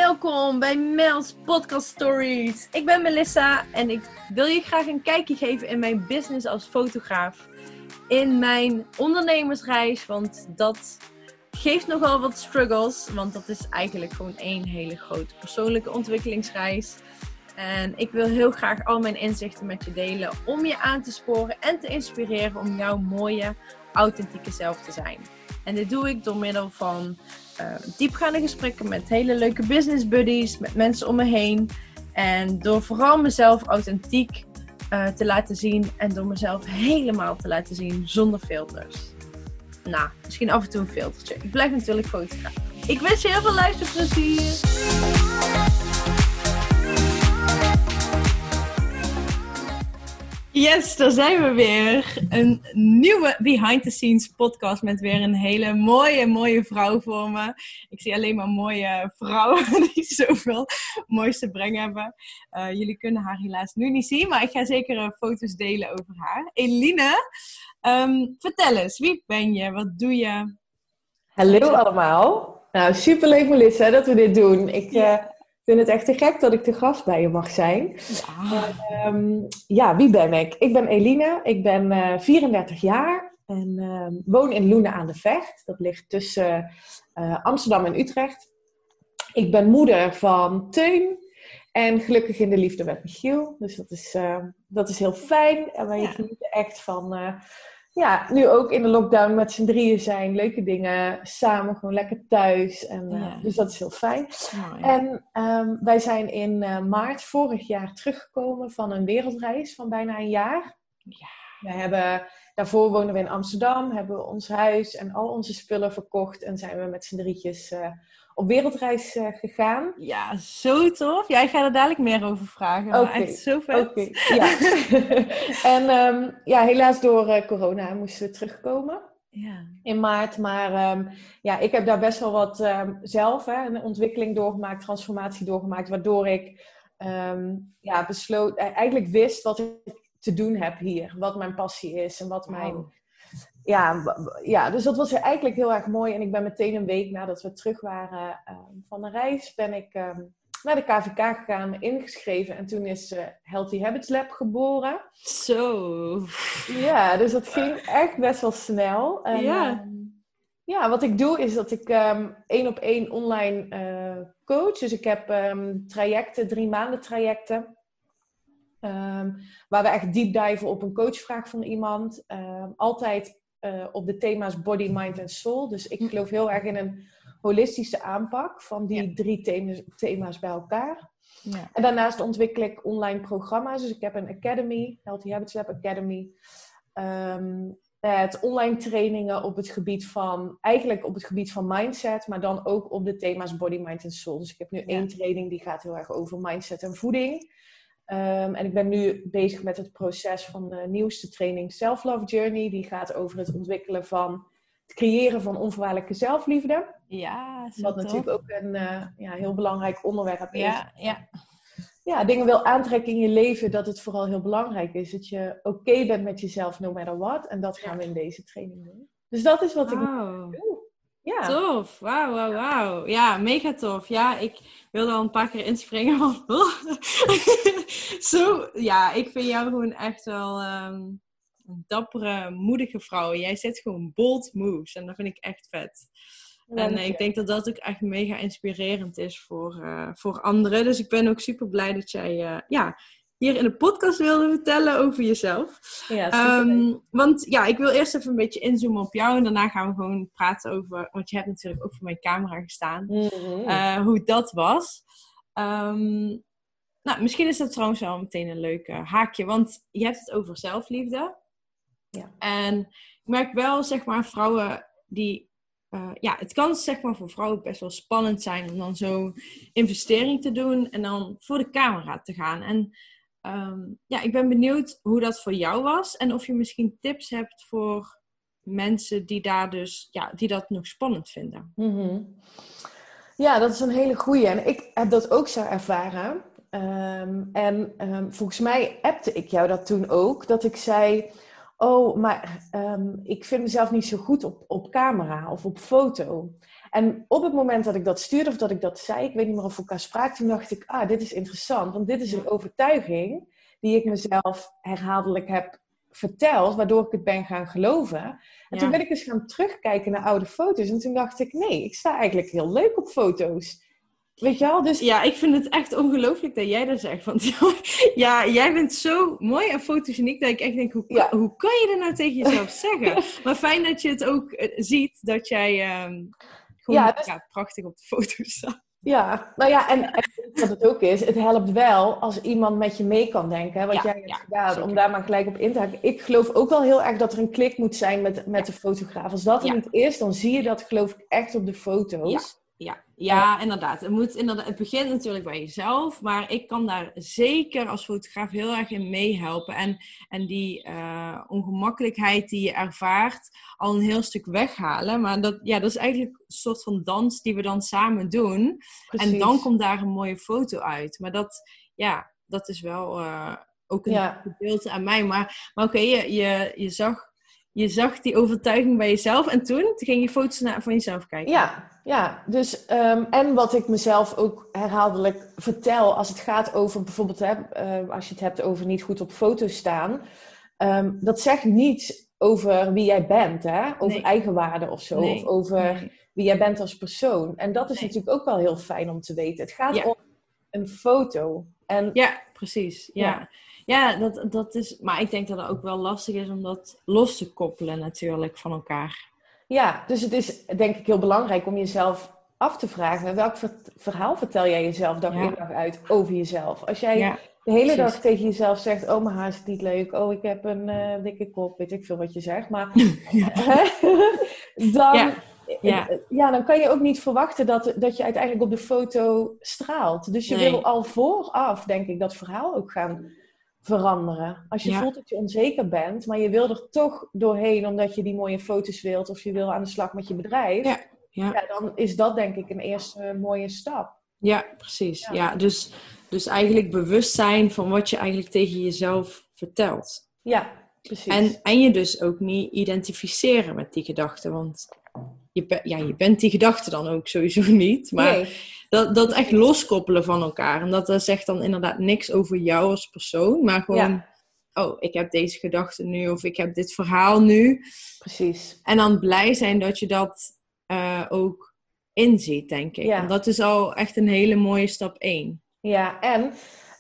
Welkom bij Mel's Podcast Stories. Ik ben Melissa en ik wil je graag een kijkje geven in mijn business als fotograaf. In mijn ondernemersreis, want dat geeft nogal wat struggles. Want dat is eigenlijk gewoon één hele grote persoonlijke ontwikkelingsreis. En ik wil heel graag al mijn inzichten met je delen om je aan te sporen en te inspireren om jouw mooie, authentieke zelf te zijn. En dit doe ik door middel van diepgaande gesprekken met hele leuke business buddies, met mensen om me heen. En door vooral mezelf authentiek te laten zien en door mezelf helemaal te laten zien zonder filters. Nou, misschien af en toe een filtertje. Ik blijf natuurlijk fotograaf. Ik wens je heel veel luisterplezier. Yes, daar zijn we weer. Een nieuwe behind the scenes podcast met weer een hele mooie vrouw voor me. Ik zie alleen maar mooie vrouwen die zoveel moois te brengen hebben. Jullie kunnen haar helaas nu niet zien, maar ik ga zeker foto's delen over haar. Eline, vertel eens, wie ben je? Wat doe je? Hallo allemaal. Nou, superleuk Melissa dat we dit doen. Ik vind het echt te gek dat ik te gast bij je mag zijn. Wie ben ik? Ik ben Eline, ik ben 34 jaar en woon in Loenen aan de Vecht. Dat ligt tussen Amsterdam en Utrecht. Ik ben moeder van Teun en gelukkig in de liefde met Michiel. Dus dat is heel fijn. En wij genieten echt van... nu ook in de lockdown met z'n drieën zijn. Leuke dingen. Samen gewoon lekker thuis. Dus dat is heel fijn. Mooi. En wij zijn in maart vorig jaar teruggekomen van een wereldreis van bijna een jaar. Ja. Daarvoor woonden we in Amsterdam. Hebben we ons huis en al onze spullen verkocht. En zijn we met z'n drietjes op wereldreis gegaan. Ja, zo tof. Jij gaat er dadelijk meer over vragen. Okay. Echt zo vet. Okay. Ja. En helaas door corona moesten we terugkomen. Ja. In maart. Maar ik heb daar best wel wat zelf een ontwikkeling doorgemaakt, transformatie doorgemaakt. Waardoor ik besloot, eigenlijk wist wat ik te doen heb hier. Wat mijn passie is en wat mijn... Dus dat was eigenlijk heel erg mooi. En ik ben meteen een week nadat we terug waren van de reis, ben ik naar de KVK gegaan, ingeschreven. En toen is Healthy Habits Lab geboren. Zo. Ja, dus dat ging echt best wel snel. En, wat ik doe is dat ik 1-op-1 online coach. Dus ik heb trajecten, 3 maanden trajecten. Waar we echt deep diven op een coachvraag van iemand. Altijd op de thema's body, mind en soul. Dus ik geloof heel erg in een holistische aanpak van die 3 thema's bij elkaar. Ja. En daarnaast ontwikkel ik online programma's. Dus ik heb een academy, Healthy Habits Lab Academy. Met online trainingen op het gebied van mindset, maar dan ook op de thema's body, mind en soul. Dus ik heb nu 1 training die gaat heel erg over mindset en voeding. En ik ben nu bezig met het proces van de nieuwste training Self-Love Journey. Die gaat over het ontwikkelen van het creëren van onvoorwaardelijke zelfliefde. Ja, zo wat tof. natuurlijk ook een heel belangrijk onderwerp is. Ja. Dingen wil aantrekken in je leven, dat het vooral heel belangrijk is. Dat je oké bent met jezelf, no matter what. En dat gaan we in deze training doen. Dus dat is wat ik doe. Ja. Tof, wauw. Ja, mega tof. Ja, ik wilde al een paar keer inspringen. Ik vind jou gewoon echt wel een dappere, moedige vrouw. Jij zet gewoon bold moves en dat vind ik echt vet. En ik denk dat dat ook echt mega inspirerend is voor anderen. Dus ik ben ook super blij dat jij hier in de podcast wilde vertellen over jezelf. Ja, want ik wil eerst even een beetje inzoomen op jou. En daarna gaan we gewoon praten over... Want je hebt natuurlijk ook voor mijn camera gestaan. Mm-hmm. Hoe dat was. Misschien is dat trouwens wel meteen een leuk haakje. Want je hebt het over zelfliefde. Ja. En ik merk wel, zeg maar, vrouwen die... het kan zeg maar voor vrouwen best wel spannend zijn om dan zo'n investering te doen en dan voor de camera te gaan. En ik ben benieuwd hoe dat voor jou was en of je misschien tips hebt voor mensen die daar dus, die dat nog spannend vinden. Mm-hmm. Ja, dat is een hele goeie. En ik heb dat ook zo ervaren. Volgens mij appte ik jou dat toen ook. Dat ik zei, Oh, maar ik vind mezelf niet zo goed op camera of op foto. En op het moment dat ik dat stuurde of dat ik dat zei, ik weet niet meer of we elkaar spraken, toen dacht ik, dit is interessant. Want dit is een overtuiging die ik mezelf herhaaldelijk heb verteld, waardoor ik het ben gaan geloven. En toen ben ik eens gaan terugkijken naar oude foto's. En toen dacht ik, nee, ik sta eigenlijk heel leuk op foto's. Weet je wel? Dus... Ja, ik vind het echt ongelooflijk dat jij dat zegt. Want ja, jij bent zo mooi en fotogeniek dat ik echt denk, hoe kan je dat nou tegen jezelf zeggen? Maar fijn dat je het ook ziet, dat jij gewoon prachtig op de foto staat. Ja, nou ja, en wat het ook is, het helpt wel als iemand met je mee kan denken, wat jij hebt gedaan, zeker. Om daar maar gelijk op in te haken. Ik geloof ook wel heel erg dat er een klik moet zijn met de fotograaf. Als dat er niet is, dan zie je dat, geloof ik, echt op de foto's. Ja, inderdaad. Het begint natuurlijk bij jezelf, maar ik kan daar zeker als fotograaf heel erg in meehelpen. En die ongemakkelijkheid die je ervaart al een heel stuk weghalen. Maar dat is eigenlijk een soort van dans die we dan samen doen. Precies. En dan komt daar een mooie foto uit. Maar dat is wel ook een gedeelte aan mij. Maar oké, je zag die overtuiging bij jezelf en toen ging je foto's van jezelf kijken. Ja, dus en wat ik mezelf ook herhaaldelijk vertel als het gaat over bijvoorbeeld, als je het hebt over niet goed op foto's staan, dat zegt niets over wie jij bent, hè? Over eigenwaarde of zo, of over wie jij bent als persoon. En dat is natuurlijk ook wel heel fijn om te weten. Het gaat om een foto. En, ja, precies. Ja, dat is... Maar ik denk dat het ook wel lastig is om dat los te koppelen natuurlijk van elkaar. Ja, dus het is denk ik heel belangrijk om jezelf af te vragen, welk verhaal vertel jij jezelf dag in dag uit over jezelf? Als jij de hele dag tegen jezelf zegt, oh mijn haar is niet leuk, oh ik heb een dikke kop, weet ik veel wat je zegt, maar dan kan je ook niet verwachten dat je uiteindelijk op de foto straalt. Dus je wil al vooraf, denk ik, dat verhaal ook gaan veranderen. Als je voelt dat je onzeker bent, maar je wil er toch doorheen omdat je die mooie foto's wilt of je wil aan de slag met je bedrijf, dan is dat denk ik een eerste mooie stap. Ja, precies. Ja, dus eigenlijk bewust zijn van wat je eigenlijk tegen jezelf vertelt. Ja, precies. En je dus ook niet identificeren met die gedachten, want je bent die gedachte dan ook sowieso niet. Maar dat echt loskoppelen van elkaar. En dat zegt dan inderdaad niks over jou als persoon. Maar gewoon, ik heb deze gedachte nu. Of ik heb dit verhaal nu. Precies. En dan blij zijn dat je dat ook inziet, denk ik. En dat is al echt een hele mooie stap 1. Ja, en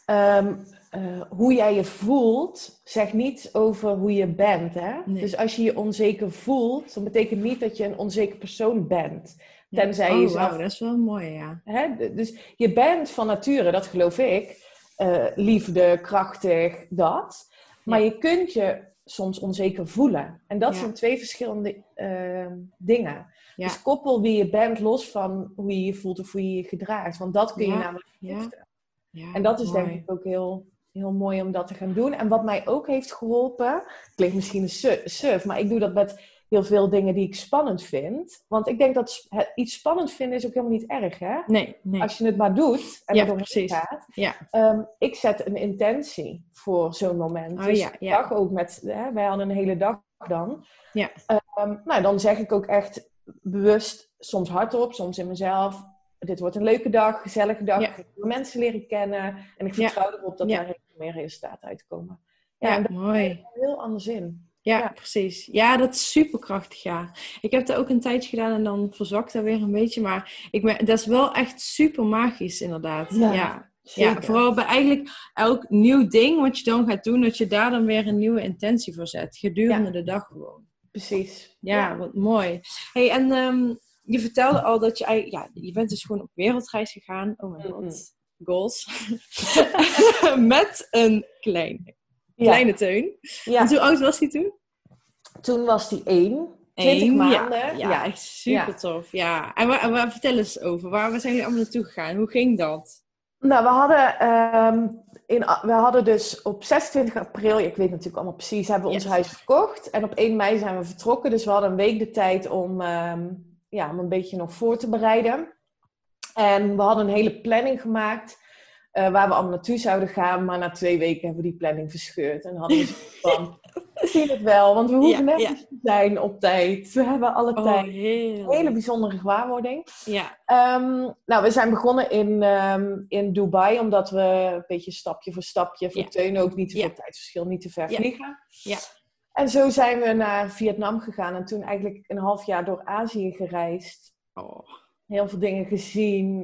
hoe jij je voelt, zegt niets over hoe je bent. Hè? Nee. Dus als je je onzeker voelt, dan betekent niet dat je een onzeker persoon bent. Tenzij je zelf... dat is wel mooi, ja. Hè? Dus je bent van nature, dat geloof ik, liefde, krachtig, dat. Maar je kunt je soms onzeker voelen. En dat zijn 2 verschillende dingen. Ja. Dus koppel wie je bent los van hoe je je voelt of hoe je je gedraagt. Want dat kun je namelijk giften. Ja, en dat is denk ik ook heel, heel mooi om dat te gaan doen. En wat mij ook heeft geholpen, klinkt misschien een suf, maar ik doe dat met heel veel dingen die ik spannend vind. Want ik denk dat iets spannend vinden is ook helemaal niet erg, hè? Nee. Als je het maar doet en er doorheen gaat. Ja. Ik zet een intentie voor zo'n moment. Dag ook met, wij hadden een hele dag dan. Ja. Dan zeg ik ook echt bewust, soms hardop, soms in mezelf, dit wordt een leuke dag, gezellige dag. Ik ga mensen leren kennen. En ik vertrouw erop dat daar meer resultaten uitkomen. Ja, en dat mooi. Is heel anders in. Ja, precies. Ja, dat is superkrachtig, ja. Ik heb dat ook een tijdje gedaan en dan verzwakt dat weer een beetje. Maar dat is wel echt super magisch, inderdaad. Ja, vooral bij eigenlijk elk nieuw ding wat je dan gaat doen, dat je daar dan weer een nieuwe intentie voor zet. Gedurende de dag gewoon. Precies. Ja, wat mooi. Hey, en je vertelde al dat je bent dus gewoon op wereldreis gegaan. Oh mijn god. Goals. Met een kleine Teun. Ja. En hoe oud was hij toen? Toen was hij 20 maanden. Ja, echt super tof. Ja. En vertel eens over. Waar zijn jullie allemaal naartoe gegaan? Hoe ging dat? Nou, we hadden dus op 26 april, ik weet natuurlijk allemaal precies, hebben we ons huis verkocht. En op 1 mei zijn we vertrokken. Dus we hadden een week de tijd om een beetje nog voor te bereiden. En we hadden een hele planning gemaakt waar we allemaal naartoe zouden gaan. Maar na 2 weken hebben we die planning verscheurd. En hadden we van, We zien het wel, want we hoeven net niet te zijn op tijd. We hebben alle tijd. Heerlijk. Een hele bijzondere gewaarwording. Ja. Nou, we zijn begonnen in Dubai, omdat we een beetje stapje voor stapje, voor Teun ook niet te veel tijdsverschil, niet te ver vliegen. Ja. En zo zijn we naar Vietnam gegaan en toen eigenlijk een half jaar door Azië gereisd. Heel veel dingen gezien.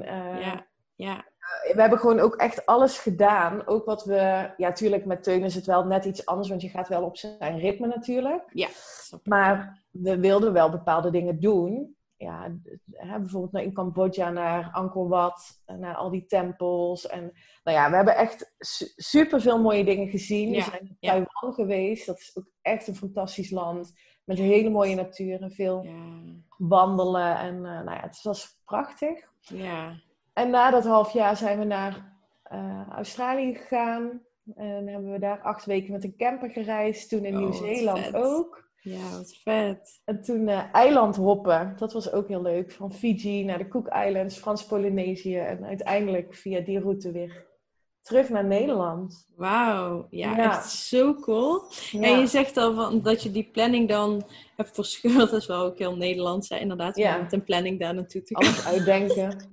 We hebben gewoon ook echt alles gedaan. Ook wat we... Ja, natuurlijk met Teun is het wel net iets anders, want je gaat wel op zijn ritme natuurlijk. Ja. Maar we wilden wel bepaalde dingen doen. Ja, bijvoorbeeld in Cambodja naar Angkor Wat, naar al die tempels. En nou ja, we hebben echt super veel mooie dingen gezien. We zijn in Taiwan geweest. Dat is ook echt een fantastisch land. Met hele mooie natuur en veel wandelen. En nou ja, het was prachtig. Ja. En na dat half jaar zijn we naar Australië gegaan. En hebben we daar 8 weken met een camper gereisd. Toen in Nieuw-Zeeland ook. Ja, wat vet. En toen eilandhoppen. Dat was ook heel leuk. Van Fiji naar de Cook Islands, Frans-Polynesië. En uiteindelijk via die route weer terug naar Nederland. Wauw. Ja, echt zo cool. Ja. En je zegt al dat je die planning dan hebt verscheurd. Dat is wel ook heel Nederlands, hè? Inderdaad. Om met een planning daar naartoe te gaan. Alles uitdenken.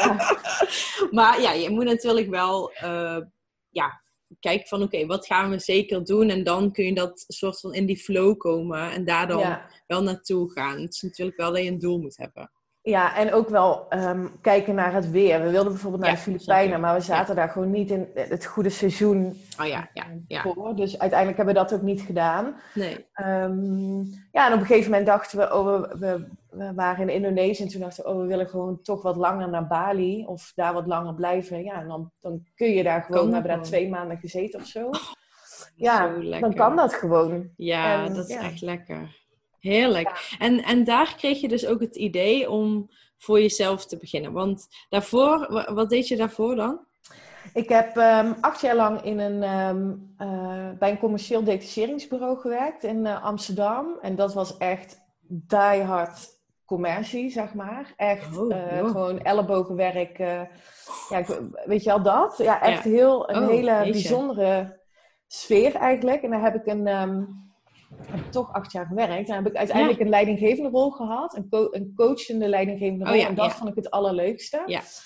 Maar ja, je moet natuurlijk wel... kijk van oké, wat gaan we zeker doen? En dan kun je dat soort van in die flow komen. En daar dan wel naartoe gaan. Het is natuurlijk wel dat je een doel moet hebben. Ja, en ook wel kijken naar het weer. We wilden bijvoorbeeld naar de Filipijnen. Maar we zaten daar gewoon niet in het goede seizoen voor. Dus uiteindelijk hebben we dat ook niet gedaan. Nee. En op een gegeven moment dachten we... We waren in Indonesië en toen dachten we... we willen gewoon toch wat langer naar Bali. Of daar wat langer blijven. Ja, en dan kun je daar gewoon... We hebben daar 2 maanden gezeten of zo. Dan kan dat gewoon. Ja, dat is echt lekker. Heerlijk. Ja. En daar kreeg je dus ook het idee om voor jezelf te beginnen. Want daarvoor... Wat deed je daarvoor dan? Ik heb 8 jaar lang bij een commercieel detacheringsbureau gewerkt in Amsterdam. En dat was echt diehard commercie, zeg maar. Echt gewoon ellebogenwerk. Weet je al dat? Ja, echt een hele bijzondere sfeer eigenlijk. En daar heb ik heb ik toch 8 jaar gewerkt. Dan heb ik uiteindelijk een leidinggevende rol gehad. Een coachende leidinggevende rol. En dat vond ik het allerleukste.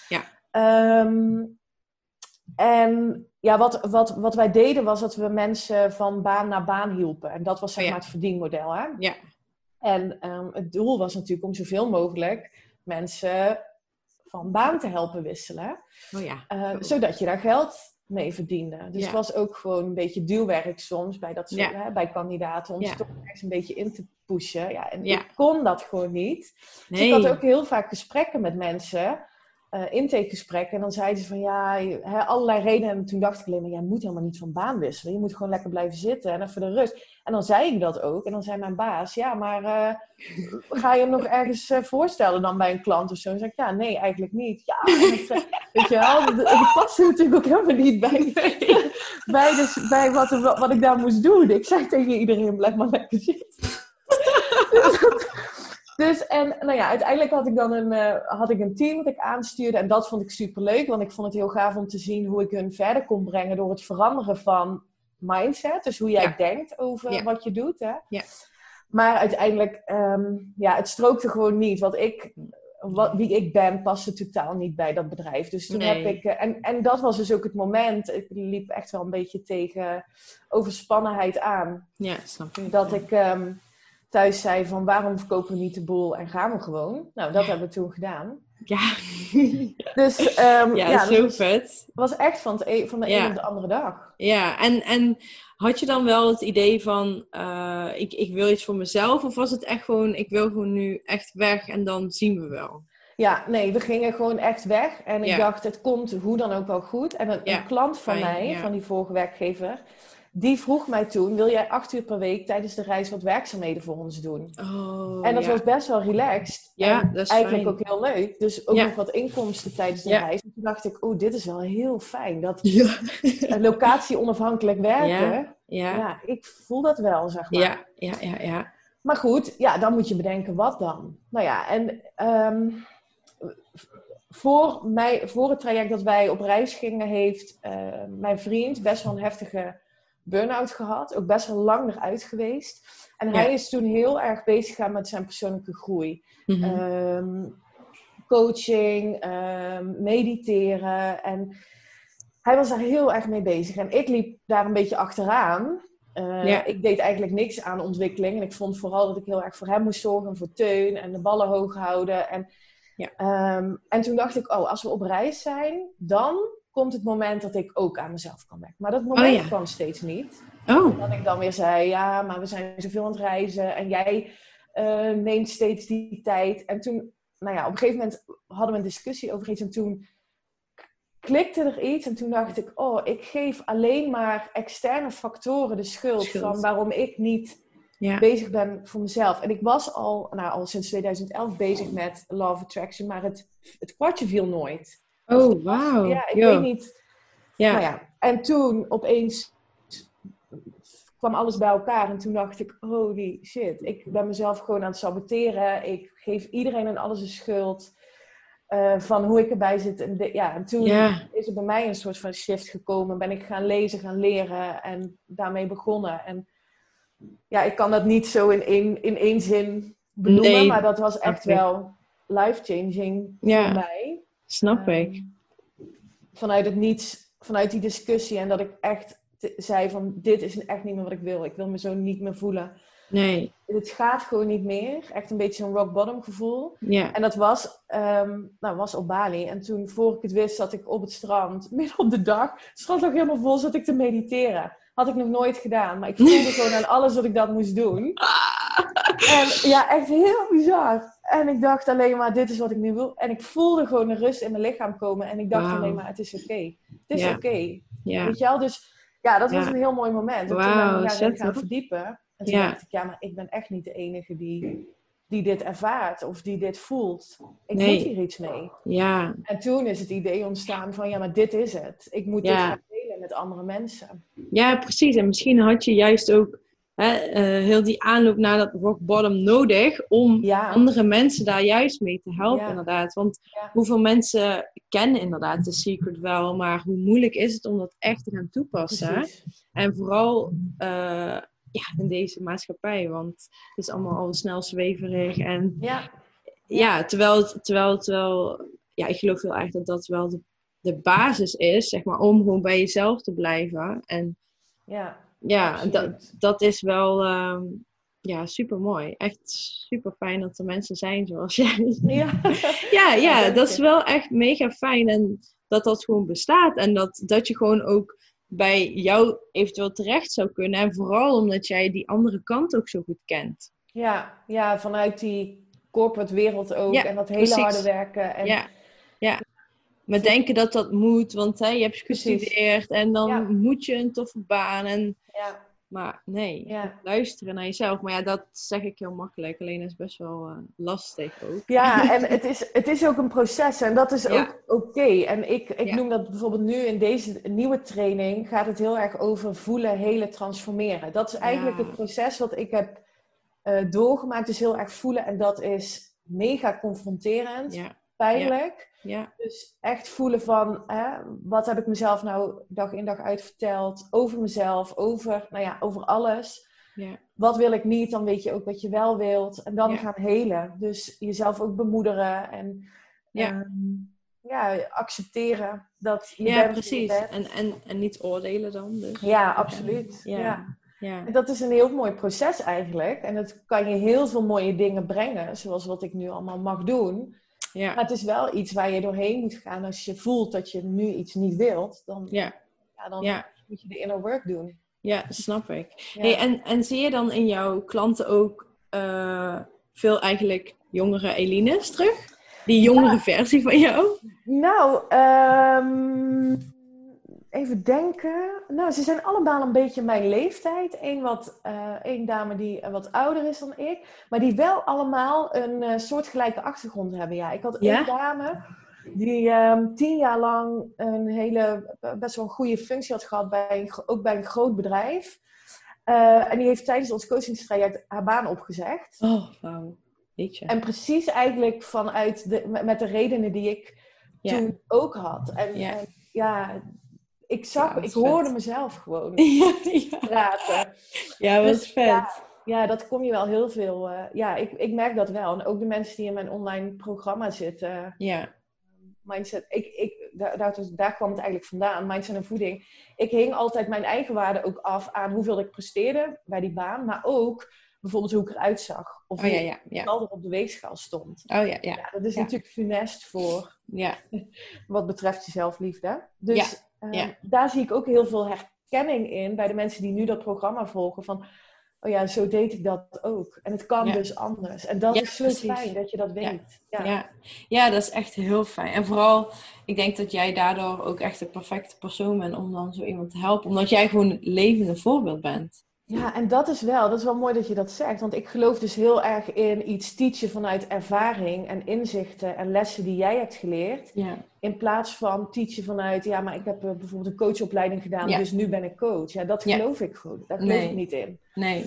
En wat wij deden was dat we mensen van baan naar baan hielpen. En dat was zeg maar het verdienmodel. Hè? Ja. En het doel was natuurlijk om zoveel mogelijk mensen van baan te helpen wisselen. Zodat je daar geld mee verdiende. Dus het was ook gewoon een beetje duwwerk soms bij kandidaten. Om ze toch echt een beetje in te pushen. Ja, en ik kon dat gewoon niet. Dus ik had ook heel vaak gesprekken met mensen... intakegesprekken. En dan zeiden ze van allerlei redenen. En toen dacht ik alleen maar, jij moet helemaal niet van baan wisselen. Je moet gewoon lekker blijven zitten en even de rust. En dan zei ik dat ook. En dan zei mijn baas, ga je hem nog ergens voorstellen dan bij een klant of zo? En dan zei ik, nee, eigenlijk niet. Ja, weet je wel, dat past natuurlijk ook helemaal niet bij wat ik daar moest doen. Ik zei tegen iedereen, blijf maar lekker zitten. Dus, uiteindelijk had ik een team dat ik aanstuurde. En dat vond ik superleuk. Want ik vond het heel gaaf om te zien hoe ik hun verder kon brengen. Door het veranderen van mindset. Dus hoe jij denkt over wat je doet. Hè? Ja. Maar uiteindelijk, het strookte gewoon niet. Wie ik ben, paste totaal niet bij dat bedrijf. Dus toen heb ik... En dat was dus ook het moment. Ik liep echt wel een beetje tegen overspannenheid aan. Ja, snap je. Dat ik... thuis zei van waarom verkopen we niet de boel en gaan we gewoon. Nou, dat hebben we toen gedaan. Ja. Dus zo vet. Het was echt van de een op de andere dag. Ja, en had je dan wel het idee van ik wil iets voor mezelf? Of was het echt gewoon, ik wil gewoon nu echt weg en dan zien we wel? Ja, nee, we gingen gewoon echt weg. En ik dacht, het komt hoe dan ook wel goed. En een klant van mij, van die vorige werkgever... Die vroeg mij toen, wil jij 8 uur per week tijdens de reis wat werkzaamheden voor ons doen? En dat was best wel relaxed. Ja, en dat is eigenlijk ook heel leuk. Dus ook nog wat inkomsten tijdens de reis. En toen dacht ik, dit is wel heel fijn. Dat locatie onafhankelijk werken. Ja, ik voel dat wel, zeg maar. Ja. Maar goed, dan moet je bedenken, wat dan? Nou ja, en voor het traject dat wij op reis gingen, heeft mijn vriend best wel een heftige burn-out gehad. Ook best wel lang eruit geweest. En hij is toen heel erg bezig gegaan met zijn persoonlijke groei. Coaching, mediteren. En hij was daar heel erg mee bezig. En ik liep daar een beetje achteraan. Ik deed eigenlijk niks aan ontwikkeling. En ik vond vooral dat ik heel erg voor hem moest zorgen. Voor Teun en de ballen hoog houden. En toen dacht ik, als we op reis zijn, dan komt het moment dat ik ook aan mezelf kan werken. Maar dat moment kwam steeds niet. Dat ik dan weer zei, ja, maar we zijn zoveel aan het reizen. En jij neemt steeds die tijd. En toen, op een gegeven moment hadden we een discussie over iets. En toen klikte er iets. En toen dacht ik, ik geef alleen maar externe factoren de schuld. Van waarom ik niet bezig ben voor mezelf. En ik was al sinds 2011 bezig met Law of Attraction. Maar het kwartje viel nooit. Oh, wauw. Ja, ik weet niet. En toen opeens kwam alles bij elkaar. En toen dacht ik, holy shit. Ik ben mezelf gewoon aan het saboteren. Ik geef iedereen en alles de schuld. Van hoe ik erbij zit. En toen is er bij mij een soort van shift gekomen. Ben ik gaan lezen, gaan leren. En daarmee begonnen. En ik kan dat niet zo in één zin benoemen. Nee, maar dat was echt wel life-changing voor mij. Snap ik. Vanuit het niets, vanuit die discussie. En dat ik echt zei van, dit is echt niet meer wat ik wil. Ik wil me zo niet meer voelen. Nee. Het gaat gewoon niet meer. Echt een beetje zo'n rock bottom gevoel. Ja. En dat was op Bali. En toen, voor ik het wist, zat ik op het strand. Midden op de dag. Het strand lag helemaal vol, zat ik te mediteren. Had ik nog nooit gedaan. Maar ik voelde gewoon aan alles dat ik dat moest doen. En echt heel bizar. En ik dacht alleen maar, dit is wat ik nu wil. En ik voelde gewoon een rust in mijn lichaam komen. En ik dacht alleen maar, het is oké. Het is oké. Ja. Weet je wel? Dus dat was een heel mooi moment. En toen ben ik daarin gaan verdiepen. En toen dacht ik, maar ik ben echt niet de enige die dit ervaart. Of die dit voelt. Ik moet hier iets mee. Ja. En toen is het idee ontstaan van, maar dit is het. Ik moet dit gaan delen met andere mensen. Ja, precies. En misschien had je juist ook heel die aanloop naar dat rock bottom nodig om andere mensen daar juist mee te helpen, inderdaad. Want hoeveel mensen kennen inderdaad de secret wel, maar hoe moeilijk is het om dat echt te gaan toepassen? Precies. En vooral in deze maatschappij, want het is allemaal al snel zweverig. En terwijl ik geloof heel erg dat dat wel de basis is, zeg maar, om gewoon bij jezelf te blijven. En dat is wel super mooi. Echt super fijn dat er mensen zijn zoals jij. Dat is wel echt mega fijn. En dat gewoon bestaat. En dat je gewoon ook bij jou eventueel terecht zou kunnen. En vooral omdat jij die andere kant ook zo goed kent. Ja, vanuit die corporate wereld ook. En dat hele harde werken. En Maar denken dat dat moet, want je hebt gestudeerd en dan moet je een toffe baan. Maar nee, luisteren naar jezelf. Maar dat zeg ik heel makkelijk, alleen is best wel lastig ook. Ja, en het is ook een proces en dat is ook oké. En ik noem dat bijvoorbeeld nu in deze nieuwe training gaat het heel erg over voelen, helen, transformeren. Dat is eigenlijk het proces wat ik heb doorgemaakt, dus heel erg voelen. En dat is mega confronterend, pijnlijk. Ja. Dus echt voelen van, wat heb ik mezelf nou dag in dag uit verteld over mezelf, over alles. Ja. Wat wil ik niet, dan weet je ook wat je wel wilt. En dan gaan helen. Dus jezelf ook bemoederen en accepteren dat je bent precies. Wie je bent. En niet oordelen dan. Dus. Ja, absoluut. Ja. En dat is een heel mooi proces eigenlijk. En dat kan je heel veel mooie dingen brengen, zoals wat ik nu allemaal mag doen. Ja. Maar het is wel iets waar je doorheen moet gaan. Als je voelt dat je nu iets niet wilt, dan moet je de inner work doen. Ja, snap ik. Ja. Hey, en zie je dan in jouw klanten ook veel eigenlijk jongere Elines terug? Die jongere versie van jou? Nou, even denken. Nou, ze zijn allemaal een beetje mijn leeftijd. Eén dame die wat ouder is dan ik. Maar die wel allemaal een soortgelijke achtergrond hebben. Ja, ik had één dame die 10 jaar lang een hele, best wel een goede functie had gehad. Ook bij een groot bedrijf. En die heeft tijdens ons coachingstraject haar baan opgezegd. Oh, wauw. Jeetje. En precies eigenlijk met de redenen die ik toen ook had. En ik hoorde mezelf gewoon praten. Ja, wat Dus, vet. Ja, dat kom je wel heel veel... ik merk dat wel. En ook de mensen die in mijn online programma zitten. Mindset, daar kwam het eigenlijk vandaan. Mindset en voeding. Ik hing altijd mijn eigen waarde ook af aan hoeveel ik presteerde bij die baan. Maar ook bijvoorbeeld hoe ik eruit zag. Of hoe ik al er op de weegschaal stond. Dat is natuurlijk funest voor wat betreft je zelfliefde. Dus daar zie ik ook heel veel herkenning in bij de mensen die nu dat programma volgen. Van, oh ja, zo deed ik dat ook. En het kan dus anders. En dat is zo fijn dat je dat weet. Ja, dat is echt heel fijn. En vooral, ik denk dat jij daardoor ook echt de perfecte persoon bent om dan zo iemand te helpen. Omdat jij gewoon een levende voorbeeld bent. Ja, en dat is wel mooi dat je dat zegt. Want ik geloof dus heel erg in iets teachen vanuit ervaring en inzichten en lessen die jij hebt geleerd. Ja. In plaats van teachen vanuit, maar ik heb bijvoorbeeld een coachopleiding gedaan, dus nu ben ik coach. Ja, dat geloof ik gewoon. Daar geloof ik niet in.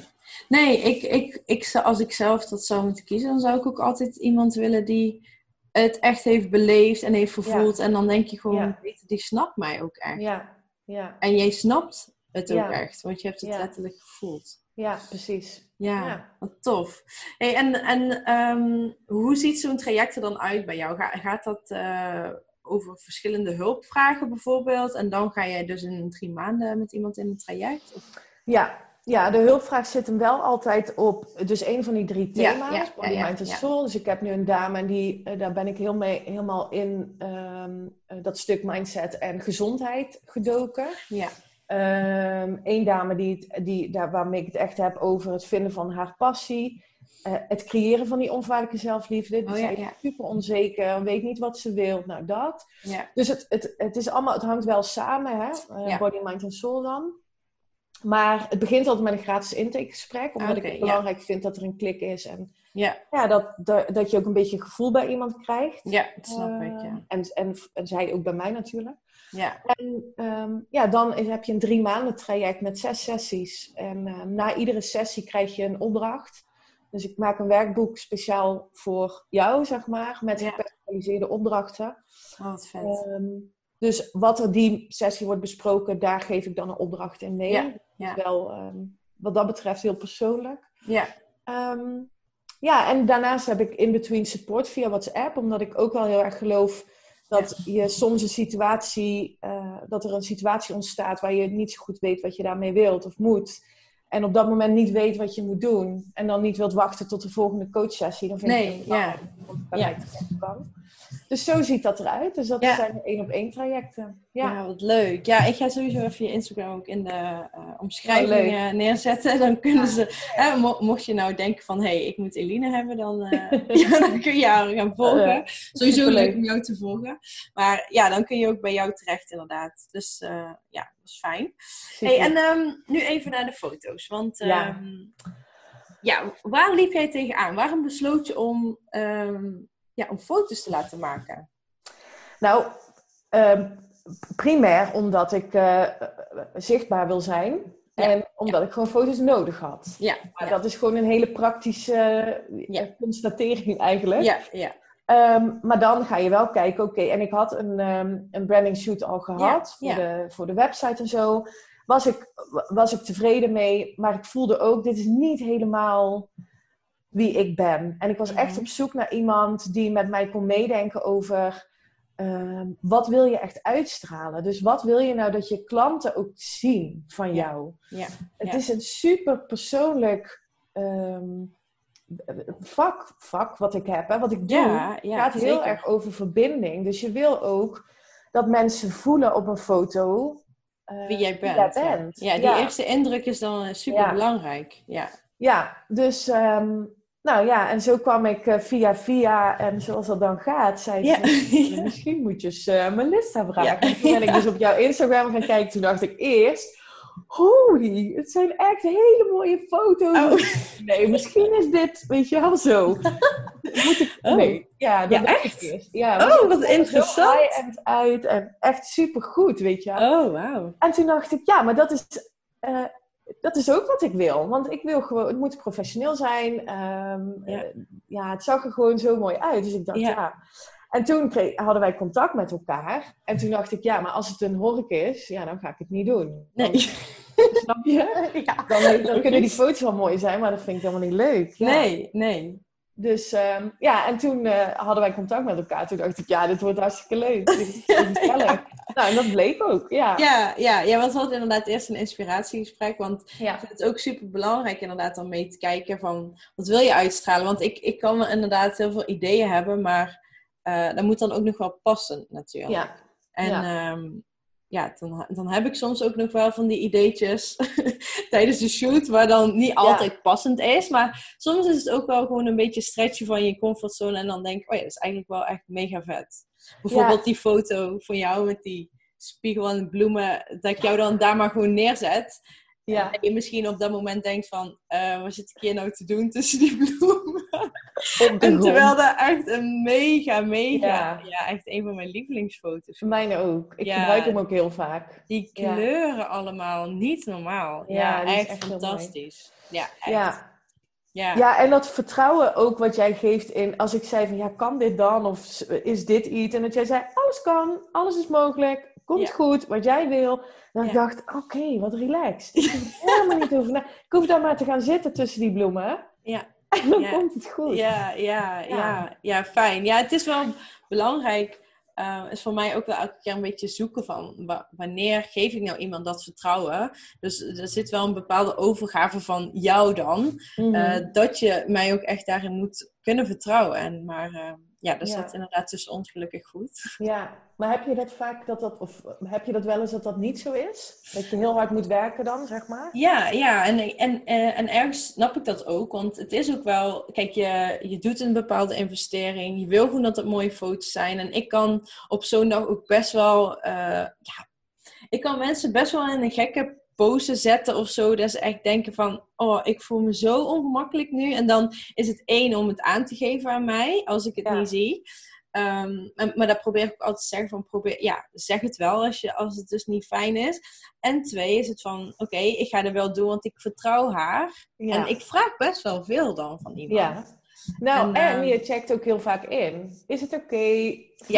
Nee, als ik zelf dat zou moeten kiezen, dan zou ik ook altijd iemand willen die het echt heeft beleefd en heeft gevoeld. En dan denk je gewoon, die snapt mij ook echt. Ja. En jij snapt het ook echt, want je hebt het letterlijk gevoeld. Ja, precies. Ja, wat tof. Hey, en hoe ziet zo'n traject er dan uit bij jou? Gaat dat over verschillende hulpvragen bijvoorbeeld? En dan ga jij dus in 3 maanden met iemand in een traject? Of? Ja, de hulpvraag zit hem wel altijd op, dus een van die 3 thema's, body, mind en soul. Dus ik heb nu een dame en daar ben ik helemaal in dat stuk mindset en gezondheid gedoken. Ja. Een dame waarmee ik het echt heb over het vinden van haar passie. Het creëren van die onvoorwaardelijke zelfliefde. Dus zij is super onzeker, weet niet wat ze wil. Nou, dat. Ja. Dus het hangt wel samen, hè? Body, mind en soul dan. Maar het begint altijd met een gratis intakegesprek. Omdat ik het belangrijk vind dat er een klik is. En dat je ook een beetje gevoel bij iemand krijgt. Ja, dat snap ik, ja. En zij ook bij mij natuurlijk. Ja. En dan heb je een 3 maanden traject met 6 sessies. En na iedere sessie krijg je een opdracht. Dus ik maak een werkboek speciaal voor jou, zeg maar. Met gepersonaliseerde opdrachten. Oh, wat vet. Dus wat er die sessie wordt besproken, daar geef ik dan een opdracht in mee. Ja. Dat is wel, wat dat betreft, heel persoonlijk. Ja. En daarnaast heb ik in-between support via WhatsApp. Omdat ik ook wel heel erg geloof dat je soms dat er een situatie ontstaat waar je niet zo goed weet wat je daarmee wilt of moet. En op dat moment niet weet wat je moet doen. En dan niet wilt wachten tot de volgende coachsessie. Dan vind ik het kan. Dus zo ziet dat eruit. Dus dat zijn 1-op-1 trajecten. Ja, wat leuk. Ja, ik ga sowieso even je Instagram ook in de omschrijving neerzetten. Dan kunnen ze, mocht je nou denken van, ik moet Eline hebben, dan, dan kun je haar gaan volgen. Sowieso leuk om jou te volgen. Maar dan kun je ook bij jou terecht inderdaad. Dus dat is fijn. Hey, en nu even naar de foto's. Want waar liep jij tegenaan? Waarom besloot je om foto's te laten maken? Nou, primair omdat ik zichtbaar wil zijn. En omdat ik gewoon foto's nodig had. Ja. Maar dat is gewoon een hele praktische constatering eigenlijk. Maar dan ga je wel kijken, en ik had een branding shoot al gehad voor de website en zo. Was ik tevreden mee, maar ik voelde ook, dit is niet helemaal wie ik ben. En ik was echt op zoek naar iemand die met mij kon meedenken over wat wil je echt uitstralen. Dus wat wil je nou dat je klanten ook zien van jou. Het is een super persoonlijk vak wat ik heb. Hè. Wat ik doe gaat heel erg over verbinding. Dus je wil ook dat mensen voelen op een foto wie jij bent. Ja, die eerste indruk is dan super belangrijk. Ja, dus en zo kwam ik via en zoals dat dan gaat, zei ze, misschien moet je eens Melissa vragen. En toen ben ik dus op jouw Instagram gaan kijken, toen dacht ik eerst, holy, het zijn echt hele mooie foto's. Oh. Nee, misschien is dit, weet je wel, zo. Moet ik, nee. Ja, dat dacht ik eerst. Ja, wat interessant. Er high-end uit en echt supergoed, weet je wel. Oh, wauw. En toen dacht ik, maar dat is ook wat ik wil. Want ik wil gewoon, het moet professioneel zijn. Het zag er gewoon zo mooi uit. Dus ik dacht, En toen hadden wij contact met elkaar. En toen dacht ik, ja, maar als het een hork is, ja, dan ga ik het niet doen. Nee. Snap je? Ja. Dan kunnen die foto's wel mooi zijn, maar dat vind ik helemaal niet leuk. Ja. Nee. Dus en toen hadden wij contact met elkaar. Toen dacht ik, ja, dit wordt hartstikke leuk. Dit is gezellig. Nou, en dat bleek ook, ja. Ja, want we hadden inderdaad eerst een inspiratiegesprek. Want ik vind het ook super belangrijk inderdaad om mee te kijken van... Wat wil je uitstralen? Want ik kan wel inderdaad heel veel ideeën hebben, maar dat moet dan ook nog wel passen natuurlijk. Ja. En dan heb ik soms ook nog wel van die ideetjes tijdens de shoot, waar dan niet altijd passend is. Maar soms is het ook wel gewoon een beetje stretchen van je comfortzone. En dan denk ik, oh ja, dat is eigenlijk wel echt mega vet. Bijvoorbeeld die foto van jou met die spiegel en de bloemen, dat ik jou dan daar maar gewoon neerzet. Ja. En dat je misschien op dat moment denkt van, wat zit ik hier nou te doen tussen die bloemen? En terwijl dat echt een mega, echt een van mijn lievelingsfoto's. Mijn ook. Ik gebruik hem ook heel vaak. Die kleuren allemaal, niet normaal. Ja, echt fantastisch. Ja, echt. Ja, en dat vertrouwen ook wat jij geeft in... Als ik zei van, ja, kan dit dan? Of is dit iets? En dat jij zei, alles kan, alles is mogelijk. Komt goed, wat jij wil. Dan ik dacht, oké, wat relaxed. Ik hoef er helemaal niet over na. Ik hoef daar maar te gaan zitten tussen die bloemen. Ja. En dan komt het goed. Ja, fijn. Ja, het is wel belangrijk. Is voor mij ook wel elke keer een beetje zoeken van... Wanneer geef ik nou iemand dat vertrouwen? Dus er zit wel een bepaalde overgave van jou dan. Mm-hmm. Dat je mij ook echt daarin moet kunnen vertrouwen. Dat zat inderdaad tussen ons gelukkig goed. Ja, maar heb je dat vaak of heb je dat wel eens dat niet zo is? Dat je heel hard moet werken dan, zeg maar? Ja, en ergens snap ik dat ook. Want het is ook wel, kijk, je doet een bepaalde investering. Je wil gewoon dat het mooie foto's zijn. En ik kan op zo'n dag ook best wel, ik kan mensen best wel in een gekke pose zetten of zo. Dat ze echt denken van, oh, ik voel me zo ongemakkelijk nu. En dan is het 1 om het aan te geven aan mij, als ik het niet zie. Maar dat probeer ik ook altijd te zeggen van, zeg het wel als het dus niet fijn is. En 2 is het van, oké, ik ga er wel doen, want ik vertrouw haar. Ja. En ik vraag best wel veel dan van iemand. Ja. Nou, en je checkt ook heel vaak in. Is het oké?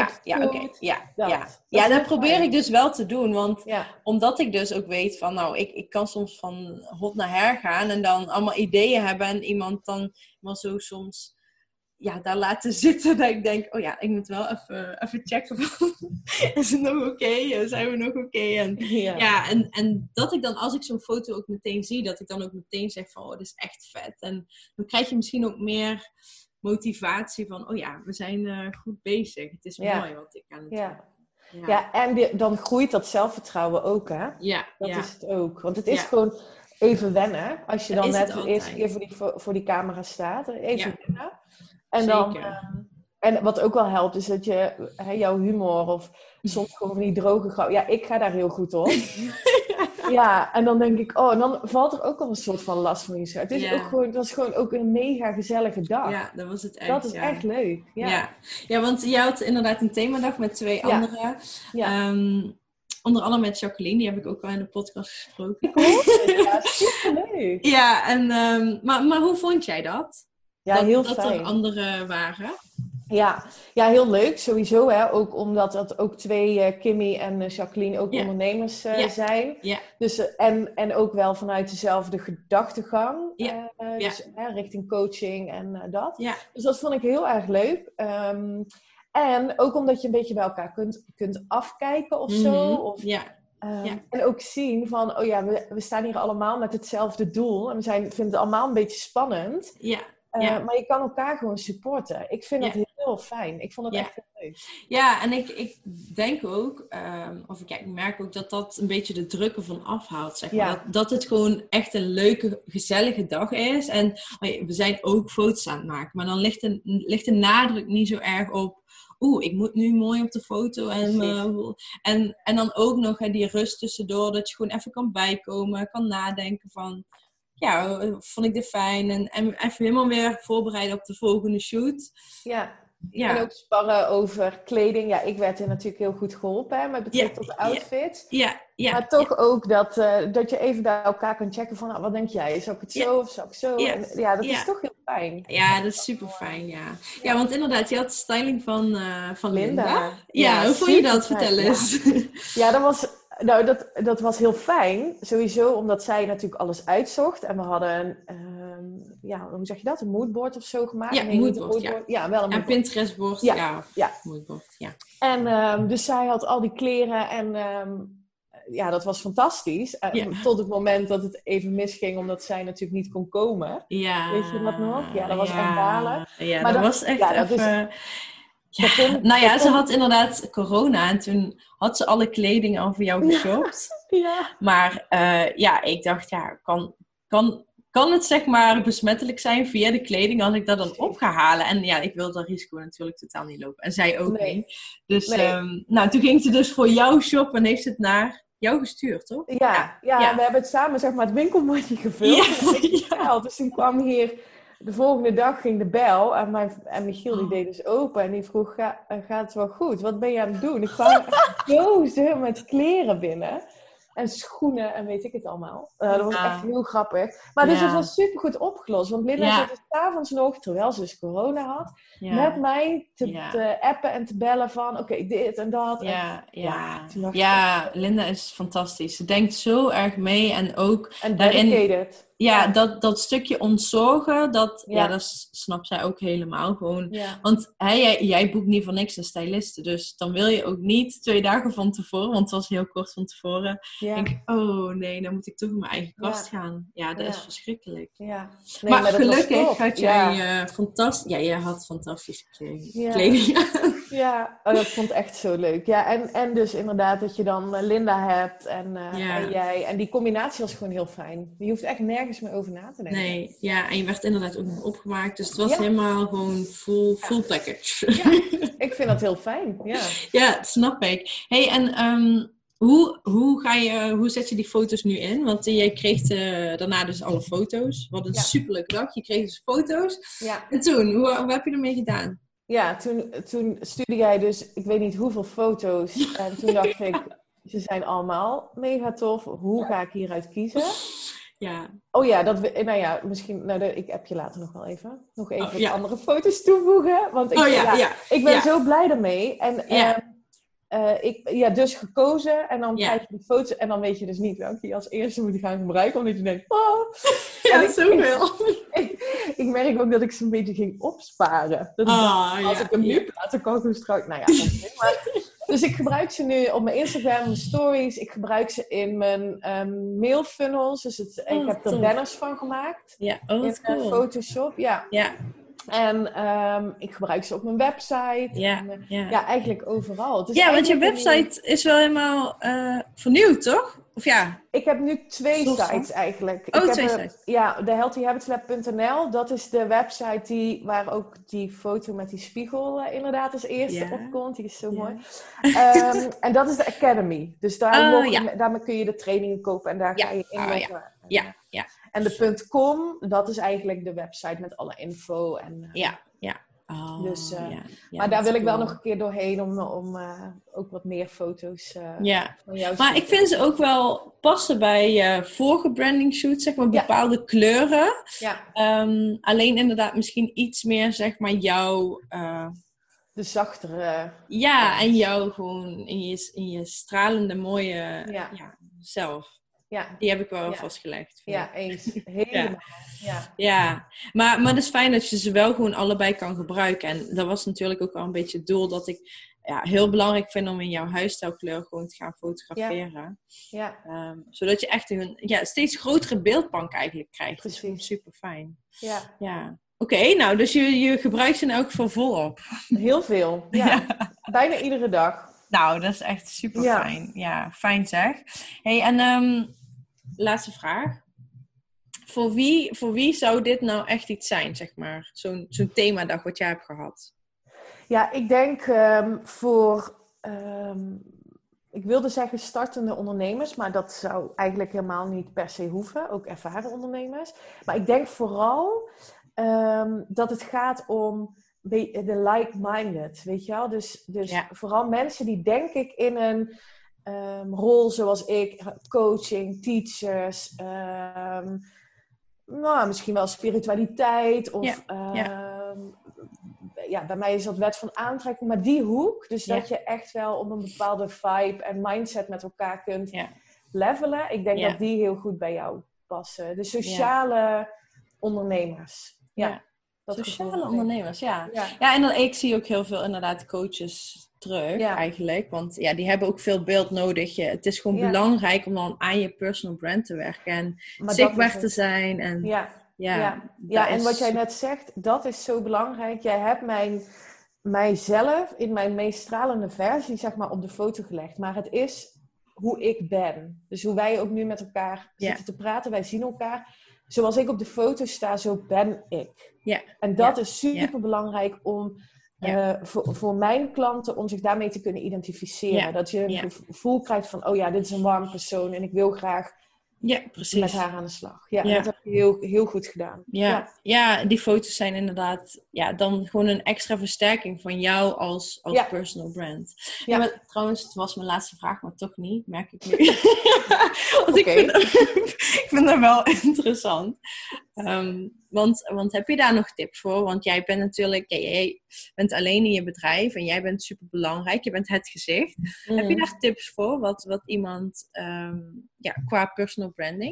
Ja, dat probeer ik dus wel te doen. Want omdat ik dus ook weet van, nou, ik kan soms van hot naar her gaan. En dan allemaal ideeën hebben. En iemand dan maar zo soms daar laten zitten. Dat ik denk, oh ja, ik moet wel even checken. Is het nog oké? Zijn we nog oké? En dat ik dan, als ik zo'n foto ook meteen zie, dat ik dan ook meteen zeg van, oh, dit is echt vet. En dan krijg je misschien ook meer motivatie van, oh ja, we zijn goed bezig. Het is mooi wat ik aan het doen. Ja, en dan groeit dat zelfvertrouwen ook, hè? Ja. Dat is het ook. Want het is gewoon even wennen. Als je dan net de eerste keer voor die camera staat. Even wennen. En dan... En wat ook wel helpt, is dat je jouw humor of soms gewoon van die droge grap... Ja, ik ga daar heel goed op. Ja, en dan denk ik, oh, en dan valt er ook al een soort van last van je schouder. Het is ook gewoon, dat is gewoon ook een mega gezellige dag. Ja, dat was het echt. Dat is echt leuk. Ja, want je had inderdaad een themadag met 2 anderen. Ja. Onder andere met Jacqueline, die heb ik ook al in de podcast gesproken. Ja, superleuk. Ja, en, maar hoe vond jij dat? Ja, heel fijn. Dat er anderen waren? Ja, heel leuk. Sowieso, hè. Ook omdat dat ook 2, Kimmy en Jacqueline, ook ondernemers zijn. Ja. Dus, en ook wel vanuit dezelfde gedachtegang. Dus richting coaching en dat. Ja. Dus dat vond ik heel erg leuk. En ook omdat je een beetje bij elkaar kunt afkijken of zo. Of, en ook zien van, oh ja, we staan hier allemaal met hetzelfde doel. En we vinden het allemaal een beetje spannend. Ja. Maar je kan elkaar gewoon supporten. Ik vind dat heel fijn. Ik vond het echt heel leuk. Ja, en ik denk ook, ik merk ook dat een beetje de druk ervan afhaalt. Zeg maar. Dat het gewoon echt een leuke, gezellige dag is. En we zijn ook foto's aan het maken. Maar dan ligt de nadruk niet zo erg op... ik moet nu mooi op de foto. En dan ook nog die rust tussendoor. Dat je gewoon even kan bijkomen. Kan nadenken van... Ja, vond ik dit fijn. En even helemaal weer voorbereiden op de volgende shoot. Ja. En ook sparren over kleding. Ja, ik werd er natuurlijk heel goed geholpen met betrekking tot de outfit. Maar toch ook dat je even bij elkaar kan checken van... wat denk jij? Zou ik het zo of zou ik zo? En, dat is toch heel fijn. Ja, dat is super fijn, ja. Ja, want inderdaad, je had de styling van Linda. Ja, Hoe vond je dat? superfijn. Vertel eens. Ja, dat was heel fijn. Sowieso omdat zij natuurlijk alles uitzocht. En we hadden hoe zeg je dat? Een moodboard of zo gemaakt? Ja, Nee, niet een moodboard, ja. moodboard. Ja, wel een En moodboard. Pinterest-bord, Ja. moodboard, ja. En dus zij had al die kleren en dat was fantastisch. Tot het moment dat het even misging, omdat zij natuurlijk niet kon komen. Ja. Weet je dat nog? Ja, dat was echt balen. Ja, Maar dat was echt even... Ze had inderdaad corona en toen had ze alle kleding al voor jou geshopt. Ja. Maar ik dacht, kan het zeg maar besmettelijk zijn via de kleding als ik dat dan op ga halen? En ja, ik wil dat risico natuurlijk totaal niet lopen. En zij ook niet. Dus toen ging ze dus voor jou shoppen en heeft het naar jou gestuurd, toch? Ja, we hebben het samen zeg maar het winkelmandje gevuld. Dus toen kwam hier... De volgende dag ging de bel en Michiel die deed dus open en die vroeg, gaat het wel goed? Wat ben je aan het doen? Ik kwam dozen met kleren binnen en schoenen en weet ik het allemaal. Dat was echt heel grappig. Maar dus het was super goed opgelost, want Linda zat dus 's avonds nog, terwijl ze dus corona had, met mij te appen en te bellen van oké, dit en dat. Linda is fantastisch. Ze denkt zo erg mee en ook en daarin... Ja, dat stukje ontzorgen, dat snapt zij ook helemaal gewoon. Ja. Want jij boekt niet voor niks een styliste. Dus dan wil je ook niet 2 dagen van tevoren, want het was heel kort van tevoren. Ja. Denk ik, oh nee, dan moet ik toch in mijn eigen kast gaan. Ja, dat is verschrikkelijk. Ja. Nee, maar gelukkig had jij fantastisch... Ja, jij had fantastische kleding. Ja, dat vond ik echt zo leuk. Ja, en dus inderdaad dat je dan Linda hebt en jij. En die combinatie was gewoon heel fijn. Je hoeft echt nergens meer over na te denken. Nee, en je werd inderdaad ook nog opgemaakt. Dus het was helemaal gewoon full package. Ja, ik vind dat heel fijn. Ja, dat snap ik. Hey, en hoe zet je die foto's nu in? Want je kreeg daarna dus alle foto's. Wat een superleuke dag. Je kreeg dus foto's. Ja. En toen, hoe heb je ermee gedaan? Ja, toen stuurde jij dus, ik weet niet hoeveel foto's. En toen dacht ik, ze zijn allemaal mega tof. Hoe ga ik hieruit kiezen? Ja. Oh ja, misschien... ik app je later nog wel even. Nog even wat andere foto's toevoegen. Want ik ben zo blij ermee. En ik dus gekozen. En dan krijg je die foto's. En dan weet je dus niet welke je als eerste moet gaan gebruiken. Omdat je denkt, zoveel. Ik merk ook dat ik ze een beetje ging opsparen. Dat als ik hem nu plaats, dan kan ik hem straks... Nou ja, dus ik gebruik ze nu op mijn Instagram, mijn stories. Ik gebruik ze in mijn mailfunnels. Dus ik heb er banners van gemaakt. Ja, in cool. Photoshop. Ja. En ik gebruik ze op mijn website. Eigenlijk overal. Dus want je website is wel helemaal vernieuwd, toch? Of ja? Ik heb nu 2 sites eigenlijk. Sites. Ja, de healthyhabitslab.nl. Dat is de website waar ook die foto met die spiegel inderdaad als eerste op komt. Die is zo mooi. En dat is de Academy. Dus daarmee kun je de trainingen kopen en daar ga je inloggen. Ja. En de .com, dat is eigenlijk de website met alle info. En, maar daar wil ik wel nog een keer doorheen om ook wat meer foto's van jou te Maar ik vind ze ook wel passen bij vorige branding shoots, zeg maar, bepaalde kleuren. Ja. Alleen inderdaad misschien iets meer, zeg maar, jouw... de zachtere... Ja, en jou gewoon in je stralende mooie zelf. Ja. Die heb ik wel vastgelegd. Ja, eens. Helemaal. Ja. Maar het is fijn dat je ze wel gewoon allebei kan gebruiken. En dat was natuurlijk ook wel een beetje het doel dat ik heel belangrijk vind om in jouw huisstijlkleur gewoon te gaan fotograferen. Zodat je echt een steeds grotere beeldbank eigenlijk krijgt. Precies. Dat is super fijn. Ja. Oké, nou, dus je gebruikt ze in elk geval volop. Heel veel, Bijna iedere dag. Nou, dat is echt super fijn. Ja, fijn zeg. Hey, en laatste vraag. Voor wie zou dit nou echt iets zijn, zeg maar? Zo'n themadag wat jij hebt gehad. Ja, ik denk voor... ik wilde zeggen startende ondernemers, maar dat zou eigenlijk helemaal niet per se hoeven. Ook ervaren ondernemers. Maar ik denk vooral dat het gaat om de like-minded, weet je wel? Dus vooral mensen die denk ik in een rol zoals ik, coaching, teachers, nou, misschien wel spiritualiteit. Of bij mij is dat wet van aantrekking. Maar die hoek, dus dat je echt wel op een bepaalde vibe en mindset met elkaar kunt levelen. Ik denk dat die heel goed bij jou passen. De sociale ondernemers. Sociale ondernemers, ja. En dan, ik zie ook heel veel inderdaad coaches terug eigenlijk. Want die hebben ook veel beeld nodig. Het is gewoon belangrijk om dan aan je personal brand te werken. En zichtbaar te zijn. En, en wat jij net zegt, dat is zo belangrijk. Jij hebt mijzelf in mijn meest stralende versie, zeg maar, op de foto gelegd. Maar het is hoe ik ben. Dus hoe wij ook nu met elkaar zitten te praten. Wij zien elkaar. Zoals ik op de foto sta, zo ben ik. En dat is super belangrijk om voor mijn klanten, om zich daarmee te kunnen identificeren. Dat je een gevoel krijgt van, oh ja, dit is een warm persoon en ik wil graag met haar aan de slag. Dat heb je heel, heel goed gedaan. Die foto's zijn inderdaad dan gewoon een extra versterking van jou als personal brand. Maar trouwens, het was mijn laatste vraag, maar toch niet, merk ik nu. Want ik vind dat wel interessant. Want heb je daar nog tips voor? Want jij bent natuurlijk, jij bent alleen in je bedrijf en jij bent super belangrijk. Je bent het gezicht. Heb je daar tips voor? Wat iemand, qua personal branding?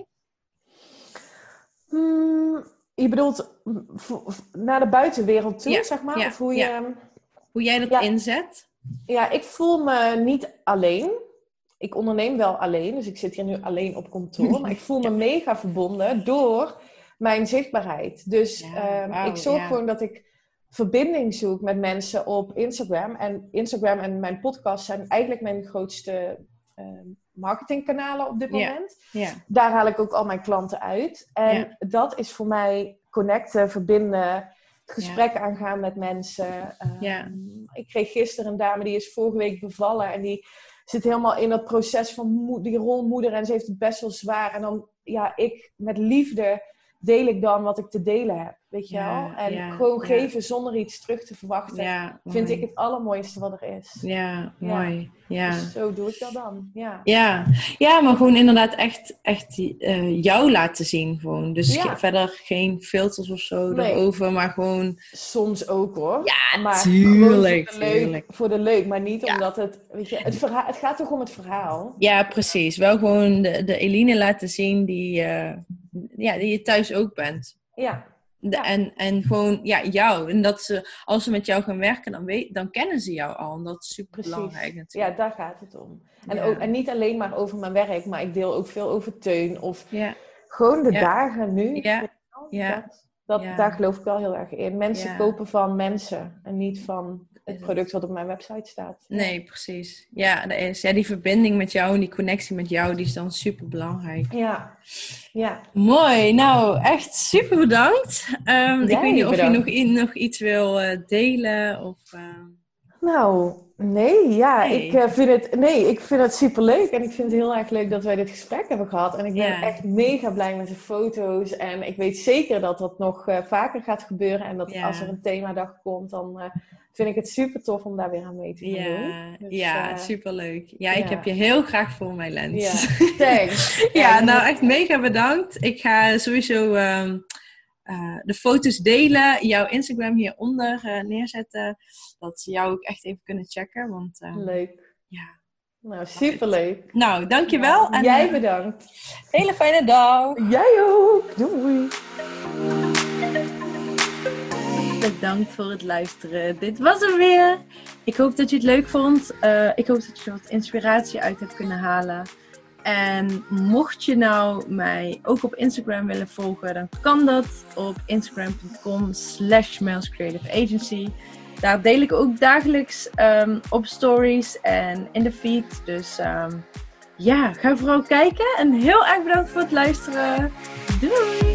Je bedoelt naar de buitenwereld toe, zeg maar? Of hoe jij dat inzet? Ja, ik voel me niet alleen. Ik onderneem wel alleen, dus ik zit hier nu alleen op kantoor. Maar ik voel me mega verbonden door mijn zichtbaarheid. Dus ik zorg gewoon dat ik verbinding zoek met mensen op Instagram. En Instagram en mijn podcast zijn eigenlijk mijn grootste marketingkanalen op dit moment. Daar haal ik ook al mijn klanten uit. En dat is voor mij connecten, verbinden, gesprek aangaan met mensen. Ik kreeg gisteren een dame, die is vorige week bevallen en die zit helemaal in dat proces van die rolmoeder en ze heeft het best wel zwaar. En dan, ik met liefde deel ik dan wat ik te delen heb, weet je wel? En gewoon geven zonder iets terug te verwachten, vind ik het allermooiste wat er is. Ja, mooi. Ja. Dus zo doe ik dat dan, maar gewoon inderdaad echt jou laten zien gewoon. Dus verder geen filters of zo erover, maar gewoon... Soms ook hoor. Ja, maar tuurlijk. Voor de leuk, maar niet omdat het... Weet je, het gaat toch om het verhaal? Ja, precies. Wel gewoon de Eline laten zien die je thuis ook bent. En gewoon jou. En dat ze, als ze met jou gaan werken, dan kennen ze jou al. En dat is super belangrijk natuurlijk. Ja, daar gaat het om. En niet alleen maar over mijn werk, maar ik deel ook veel over Teun. Of gewoon de dagen nu. Daar geloof ik wel heel erg in. Mensen kopen van mensen en niet van het product wat op mijn website staat. Nee, precies. Ja, dat is. Ja, die verbinding met jou en die connectie met jou, die is dan super belangrijk. Ja. Mooi. Nou, echt super bedankt. Ik weet niet of je nog iets wil delen of... Nou, ik vind het superleuk. En ik vind het heel erg leuk dat wij dit gesprek hebben gehad. En ik ben echt mega blij met de foto's. En ik weet zeker dat dat nog vaker gaat gebeuren. En dat als er een themadag komt, dan vind ik het super tof om daar weer aan mee te doen. Dus, superleuk. Ik heb je heel graag voor mijn lens. Thanks. Nou echt mega bedankt. Ik ga sowieso... de foto's delen, jouw Instagram hieronder neerzetten, dat ze jou ook echt even kunnen checken. Want, leuk. Nou, superleuk. Nou, dankjewel. En jij bedankt. Hele fijne dag. Jij ook. Doei. Bedankt voor het luisteren. Dit was hem weer. Ik hoop dat je het leuk vond. Ik hoop dat je er wat inspiratie uit hebt kunnen halen. En mocht je nou mij ook op Instagram willen volgen, dan kan dat op instagram.com/mailscreativeagency. Daar deel ik ook dagelijks op stories en in de feed. Dus ga vooral kijken. En heel erg bedankt voor het luisteren. Doei!